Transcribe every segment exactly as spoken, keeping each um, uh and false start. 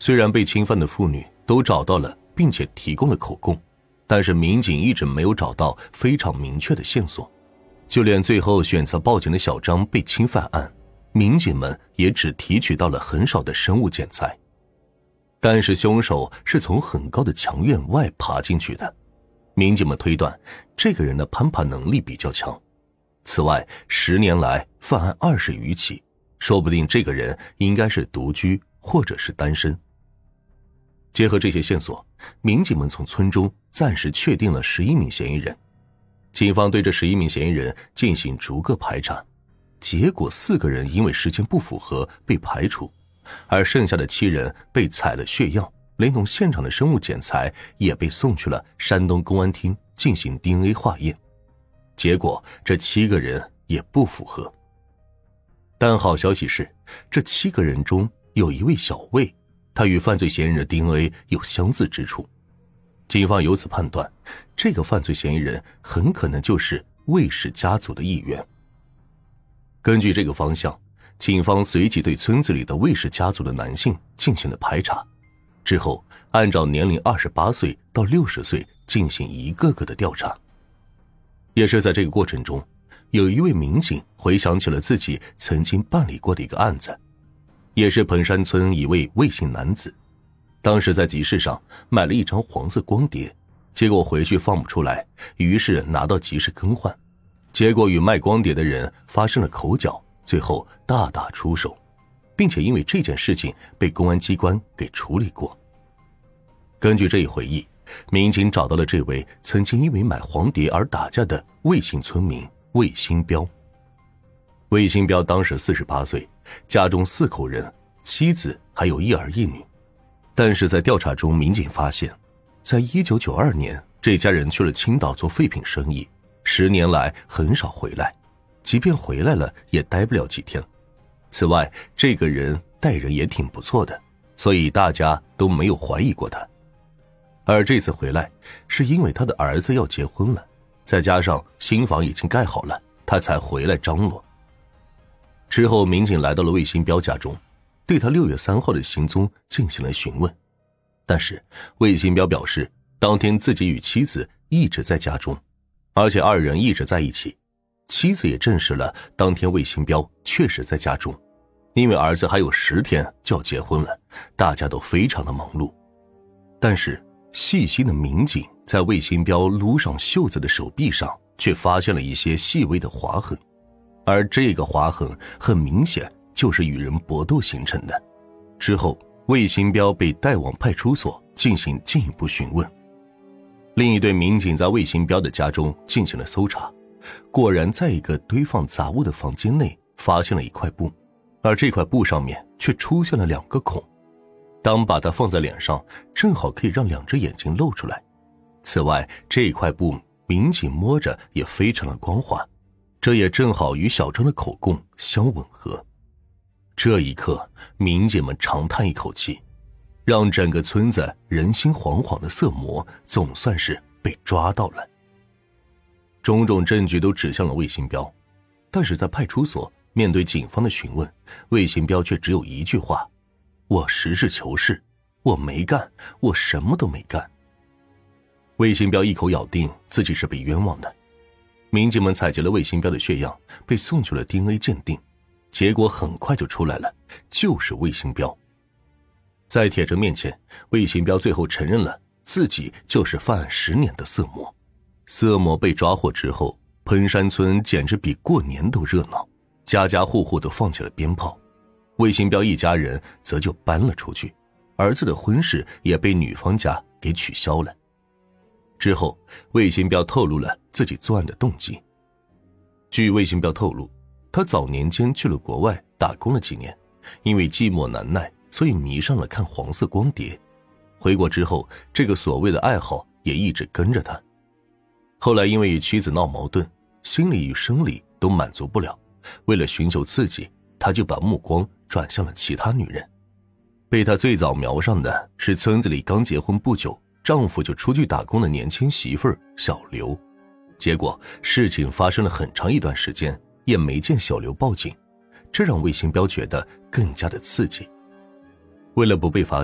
虽然被侵犯的妇女都找到了并且提供了口供，但是民警一直没有找到非常明确的线索，就连最后选择报警的小张被侵犯案，民警们也只提取到了很少的生物检材。但是凶手是从很高的墙院外爬进去的，民警们推断这个人的攀爬能力比较强。此外，十年来犯案二十余起，说不定这个人应该是独居或者是单身。结合这些线索，民警们从村中暂时确定了十一名嫌疑人。警方对这十一名嫌疑人进行逐个排查，结果四个人因为时间不符合被排除，而剩下的七人被采了血样，连同现场的生物检材也被送去了山东公安厅进行 D N A 化验。结果这七个人也不符合。但好消息是，这七个人中有一位小魏，他与犯罪嫌疑人的 D N A 有相似之处。警方由此判断，这个犯罪嫌疑人很可能就是魏氏家族的一员。根据这个方向，警方随即对村子里的魏氏家族的男性进行了排查，之后按照年龄二十八岁到六十岁进行一个个的调查。也是在这个过程中，有一位民警回想起了自己曾经办理过的一个案子，也是彭山村一位魏姓男子，当时在集市上买了一张黄色光碟，结果回去放不出来，于是拿到集市更换，结果与卖光碟的人发生了口角，最后大打出手，并且因为这件事情被公安机关给处理过。根据这一回忆，民警找到了这位曾经因为买黄碟而打架的魏姓村民魏新彪。魏新彪当时四十八岁，家中四口人，妻子还有一儿一女。但是在调查中，民警发现，在一九九二年，这家人去了青岛做废品生意，十年来很少回来，即便回来了也待不了几天。此外，这个人待人也挺不错的，所以大家都没有怀疑过他。而这次回来是因为他的儿子要结婚了，再加上新房已经盖好了，他才回来张罗。之后民警来到了魏新彪家中，对他六月三号的行踪进行了询问，但是魏新彪表示当天自己与妻子一直在家中，而且二人一直在一起。妻子也证实了当天魏新彪确实在家中，因为儿子还有十天就要结婚了，大家都非常的忙碌。但是细心的民警在魏新彪撸上袖子的手臂上却发现了一些细微的划痕，而这个划痕很明显就是与人搏斗形成的。之后魏新彪被带往派出所进行进一步询问。另一队民警在魏新彪的家中进行了搜查，果然在一个堆放杂物的房间内发现了一块布，而这块布上面却出现了两个孔，当把它放在脸上，正好可以让两只眼睛露出来。此外，这块布民警摸着也非常的光滑，这也正好与小张的口供相吻合。这一刻，民警们长叹一口气，让整个村子人心惶惶的色魔总算是被抓到了。种种证据都指向了魏新彪，但是在派出所面对警方的询问，魏新彪却只有一句话：我实事求是，我没干，我什么都没干。魏新彪一口咬定自己是被冤枉的。民警们采集了魏新彪的血样，被送去了 D N A 鉴定，结果很快就出来了，就是魏新彪。在铁证面前，魏新彪最后承认了自己就是犯案十年的色魔。色魔被抓获之后，彭山村简直比过年都热闹，家家户户都放起了鞭炮。魏新彪一家人则就搬了出去，儿子的婚事也被女方家给取消了。之后，魏新彪透露了自己作案的动机。据魏新彪透露，他早年间去了国外打工了几年，因为寂寞难耐，所以迷上了看黄色光碟。回国之后，这个所谓的爱好也一直跟着他。后来因为与妻子闹矛盾，心理与生理都满足不了，为了寻求刺激，他就把目光转向了其他女人。被他最早瞄上的是村子里刚结婚不久，丈夫就出去打工的年轻媳妇儿小刘。结果事情发生了很长一段时间，也没见小刘报警，这让魏新彪觉得更加的刺激。为了不被发现，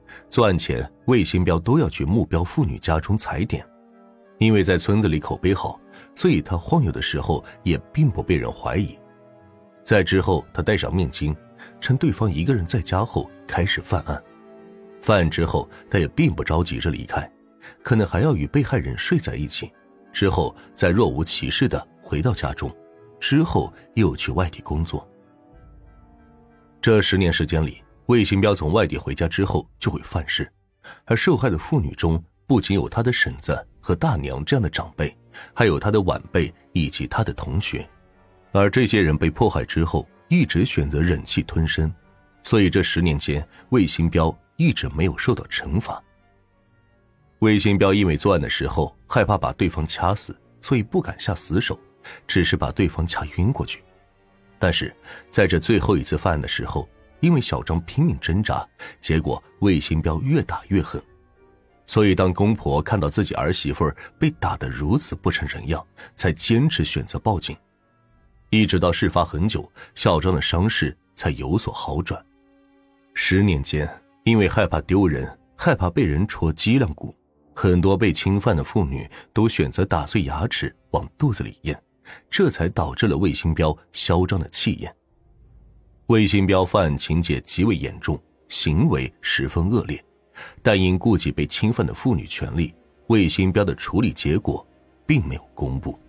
作案前魏新彪都要去目标妇女家中踩点，因为在村子里口碑好，所以他晃悠的时候也并不被人怀疑。在之后他戴上面巾，趁对方一个人在家后开始犯案。犯案之后他也并不着急着离开，可能还要与被害人睡在一起，之后再若无其事地回到家中，之后又去外地工作。这十年时间里，魏新彪从外地回家之后就会犯事，而受害的妇女中不仅有他的婶子和大娘这样的长辈，还有他的晚辈以及他的同学。而这些人被迫害之后一直选择忍气吞声，所以这十年间魏新彪一直没有受到惩罚。魏新彪因为作案的时候害怕把对方掐死，所以不敢下死手，只是把对方掐晕过去。但是在这最后一次犯案的时候，因为小张拼命挣扎，结果魏新彪越打越狠。所以当公婆看到自己儿媳妇被打得如此不成人样，才坚持选择报警。一直到事发很久，小张的伤势才有所好转。十年间，因为害怕丢人，害怕被人戳脊梁骨，很多被侵犯的妇女都选择打碎牙齿往肚子里咽，这才导致了魏新彪嚣张的气焰。魏新彪犯案情节极为严重，行为十分恶劣，但因顾及被侵犯的妇女权利，魏新彪的处理结果并没有公布。